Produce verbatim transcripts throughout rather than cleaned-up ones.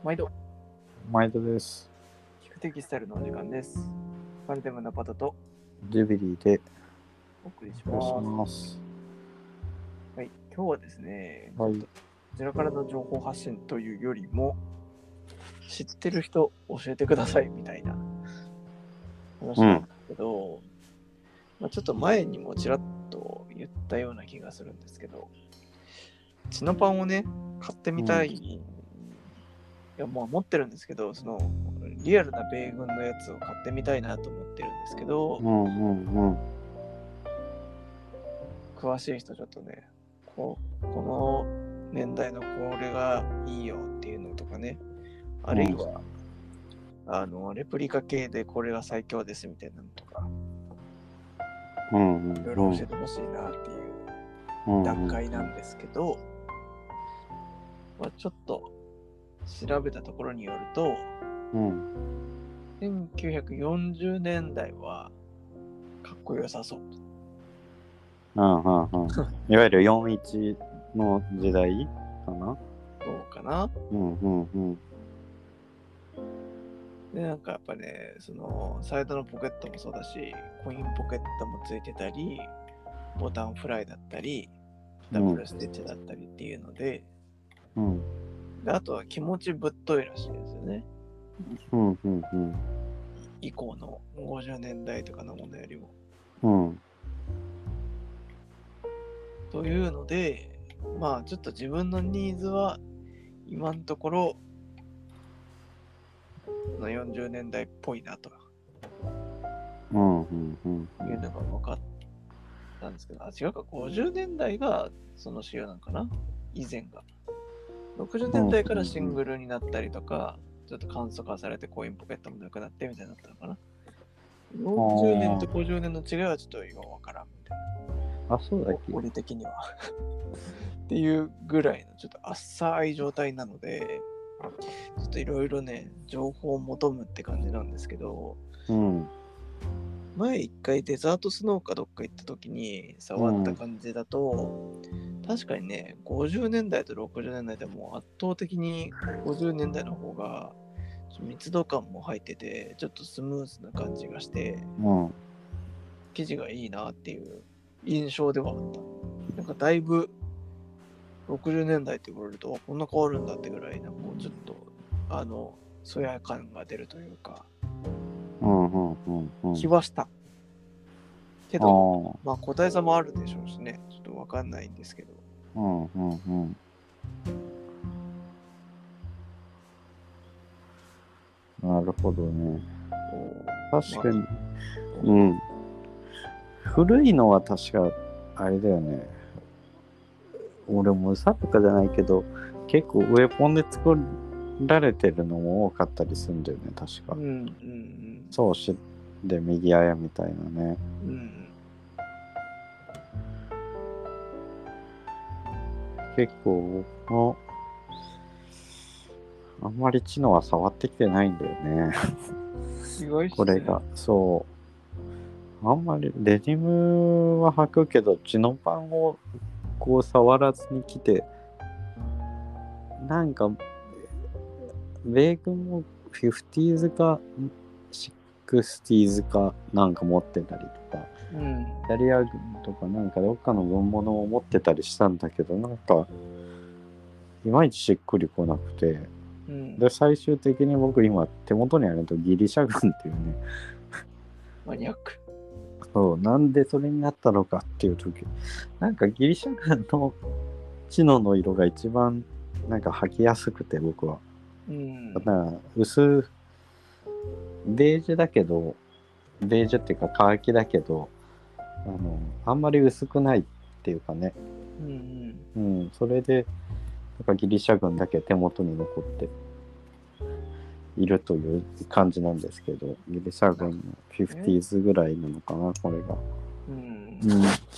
毎度毎度です。 聞くテキスタイルのお時間です。ファンテムナパタとジュビリーでお送りしおます。 願いします。 はい、今日はですね、 はい。 こちらからの情報発信というよりも、知ってる人教えてくださいみたいな話なんですけど、うんまあ、ちょっと前にもちらっと言ったような気がするんですけど、チノパンをね、買ってみたい。うん、いや、もう持ってるんですけど、そのリアルな米軍のやつを買ってみたいなと思ってるんですけど、 うんうんうん。 詳しい人ちょっとね、こうこの年代のこれがいいよっていうのとかね、あるいは、うん、あのレプリカ系でこれが最強ですみたいなのとか、 うんうんうん、 いろいろ教えてほしいなっていう段階なんですけど、うんうんまあ、ちょっと調べたところによると、うん、せんきゅうひゃくよんじゅうねんだいはかっこよさそう。 うんうんうん、いわゆるよんじゅういちの時代かな。 そうかな。 うんうんうん。 で、なんかやっぱね、そのサイドのポケットもそうだし、コインポケットもついてたり、ボタンフライだったり、ダブルステッチだったりっていうので、うん、であとは気持ちぶっといらしいですよね。 うんうんうん。 以降のごじゅうねんだいとかのものよりも。 うん。 というので、まあちょっと自分のニーズは今のところのよんじゅうねんだいっぽいなと、 うんうんうん、 いうのが分かったんですけど、あ、違うか、ごじゅうねんだいがその仕様なんかな、以前が。ろくじゅうねんだいからシングルになったりとか、ちょっと簡素化されてコインポケットもなくなってみたいになったのかな。よんじゅうねんとごじゅうねんの違いはちょっと今分からんみたいな。 あ、そうだっけ。 俺的にはっていうぐらいのちょっと浅い状態なので、ちょっといろいろね、情報を求むって感じなんですけど、うん、前一回デザートスノーかどっか行った時に触った感じだと、うん、確かにね、ごじゅうねんだいとろくじゅうねんだいでも圧倒的にごじゅうねんだいの方が密度感も入ってて、ちょっとスムーズな感じがして、うん、生地がいいなっていう印象ではあった。なんかだいぶろくじゅうねんだいって言われるとこんな変わるんだってぐらいなんかこうちょっとあのそや感が出るというか、 うんうんうんうん、 気はしたけど、まあ個体差もあるでしょうしね、ちょっと分かんないんですけど、 うんうんうん、なるほどね。確かに、まあ、うん。古いのは確かあれだよね。俺も嘘とかじゃないけど、結構ウェポンで作られてるのも多かったりするんだよね、確か。うんうんうん。そうしで右あやみたいなね。うん。結構のあんまり知能は触ってきてないんだよね。 意外っすね。 これがそうあんまりデニムは履くけどチノパンをこう触らずに来て、なんか米軍もフィフティーズかシックスティーズかなんか持ってたりとか、うん、イタリア軍とかなんかどっかの軍物を持ってたりしたんだけど、なんかいまいちしっくりこなくて、うん、で最終的に僕今手元にあるとギリシャ軍っていうねマニアック。 そうなんでそれになったのかっていう時、なんかギリシャ軍のチノの色が一番なんか履きやすくて僕は、うん、だから薄ベージュだけどベージュっていうかカーキだけどあのあんまり薄くないっていうかね、うんうん、うん、それでなんかギリシャ軍だけ手元に残っているという感じなんですけど、ギリシャ軍のフィフティーズぐらいなのかなこれが、うんうん、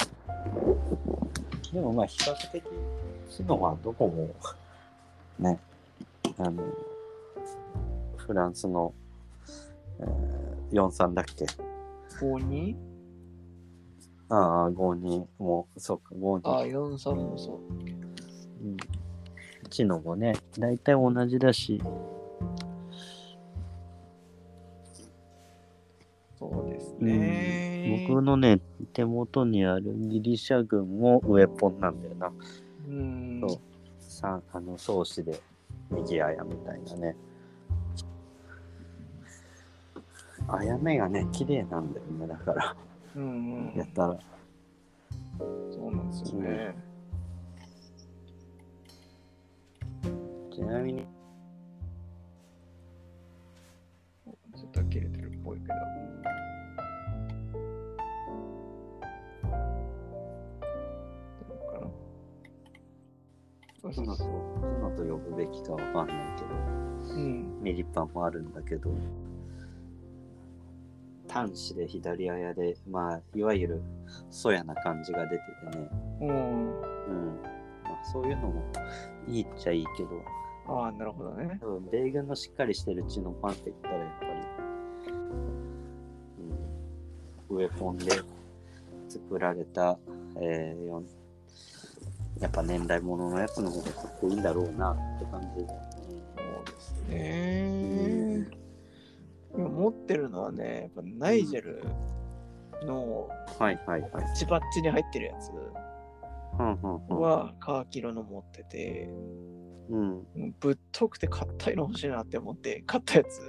でもまあ比較的知能はどこもね、あのフランスの、えー、よんじゅうさんだっけごじゅうに？ ああごじゅうにもそうかごじゅうに、 ああよんじゅうさんもそう、 うん、 知能もね、大体同じだし。 そうですね、 うん。僕のね、手元にあるギリシャ軍もウェポンなんだよな。 うん。 そう。さあの、創始で右あやみたいなね。あやめがね、綺麗なんだよね、だから。 うんうん。 やったら。 そうなんですよね。 うん、ちなみに。 ちょっと切れてるっぽいけど。 ツノと、ツノと呼ぶべきかわかんないけど、うん、ミリパンもあるんだけど、端子で左あやで、まあ、いわゆるそやな感じが出ててね、うん、うん、まあ、そういうのもいいっちゃいいけど、 ああ、なるほどね。 多分米軍のしっかりしてる血のパンって言ったらやっぱり、うん、ウェポンで作られた、えー、やっぱ年代物のやつの方がかっこいいんだろうなって感じで。 そうですね。今持ってるのはね、やっぱナイジェルのはいはいはい。 チバッチに入ってるやつはカーキ色の持ってて、うん、ぶっとくて硬いの欲しいなって思って買ったやつ。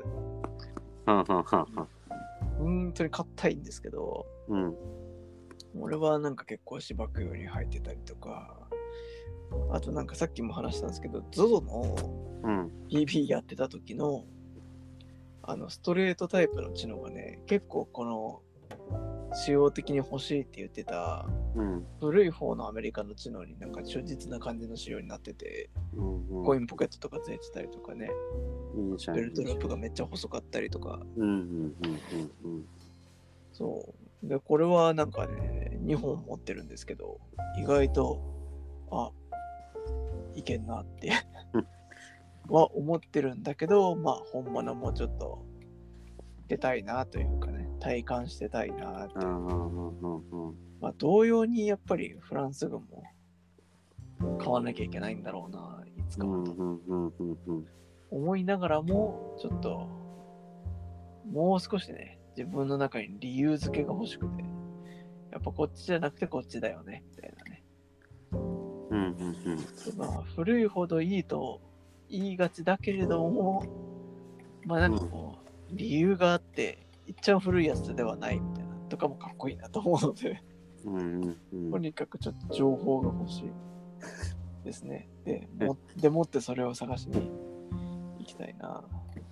本当に硬いんですけど、うん、俺はなんか結構芝生用に入ってたりとか、あとなんかさっきも話したんですけど ゾゾ の ピービー やってた時のあのストレートタイプの知能がね、結構この仕様的に欲しいって言ってた、うん、古い方のアメリカの知能になんか忠実な感じの仕様になってて、うんうん、コインポケットとかついてたりとかね、いいじゃん、ベルトロップがめっちゃ細かったりとか、うんうんうんうん、そうで、これはなんかねにほん持ってるんですけど、意外とあいけんなっては思ってるんだけど、まあ本物もちょっと出たいなというかね、体感してたいなって。まあ同様にやっぱりフランス軍も買わなきゃいけないんだろうな、いつかはと思いながらも、ちょっともう少しね、自分の中に理由付けが欲しくて、やっぱこっちじゃなくてこっちだよねみたいなね。うんうんうん、まあ古いほどいいと言いがちだけれども、まあなんかこう、理由があっていっちゃん古いやつではないみたいなとかもかっこいいなと思うので、うんうんうん、とにかくちょっと情報が欲しいですね。でもでもってそれを探しに行きたいな。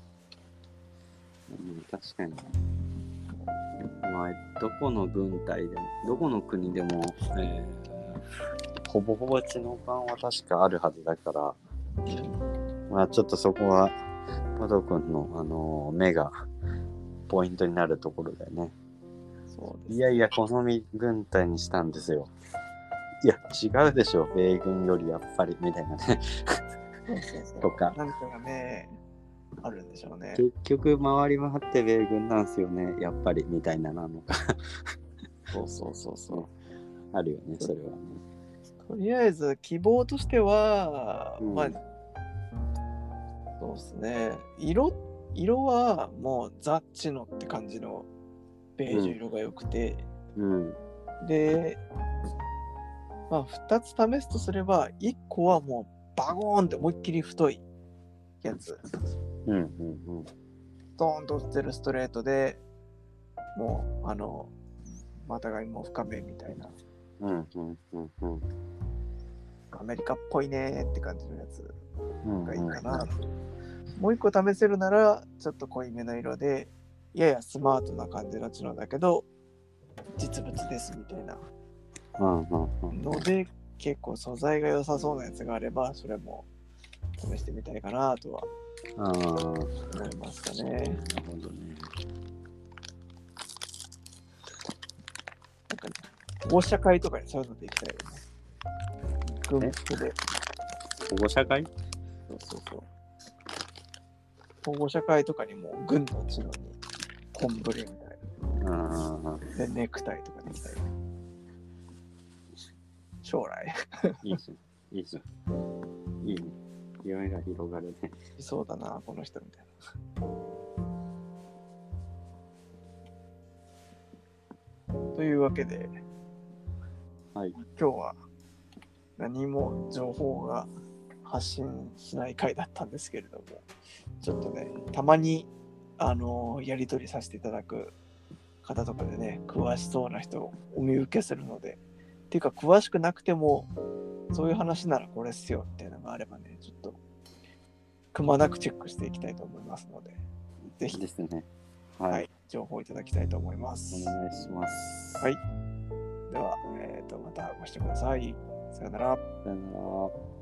うん、確かに。まあどこの軍隊でもどこの国でも、えー、ほぼほぼ知能版は確かあるはずだから、まあちょっとそこはポド君の、あのー、目がポイントになるところだよね。そうです。いやいや、好み軍隊にしたんですよ。いや、違うでしょ、米軍よりやっぱり、みたいなね。そうそうそうとか。なんかがね、あるんでしょうね。結局、回り回って米軍なんすよね、やっぱり、みたいななのか。そうそうそうそう。あるよね、それはね。とりあえず、希望としては、うん、まあ、そうですね。色、色はもうザ・チノって感じのベージュ色が良くて、うんうん、で、まあ、ふたつ試すとすれば、いっこはもうバゴーンって思いっきり太いやつ。うんうんうん。ドーンと落ちてるストレートで、もう、あの、またがりも深めみたいな。うんうんうんうん。アメリカっぽいねーって感じのやつがいいかな。うんうんうん、もういっこ試せるなら、ちょっと濃いめの色で、ややスマートな感じの知能だけど、実物ですみたいな。ので、結構素材が良さそうなやつがあれば、それも試してみたいかなとは思いますかね。なるほどね。なんかね、保護者会とかにそういうので行きたいよね。軍服で。保護者会？そうそうそう。保護者会とかにも軍の知能にコンブレみたいな。で、ネクタイとかで行きたい。将来。いいっすね。いいっすね。いいね。 夢が広がるね。 いそうだな、この人みたいな。というわけで、 はい、 今日は何も情報が発信しない回だったんですけれども、ちょっとね、たまにあのやり取りさせていただく方とかでね、詳しそうな人をお見受けするので、っていうか詳しくなくてもそういう話ならこれっすよっていうのがあればね、ちょっとくまなくチェックしていきたいと思いますので、ぜひですね、はい、 はい、情報いただきたいと思います。 お願いします。 はい。では、えーと、またご視聴ください。さよなら。 さよなら。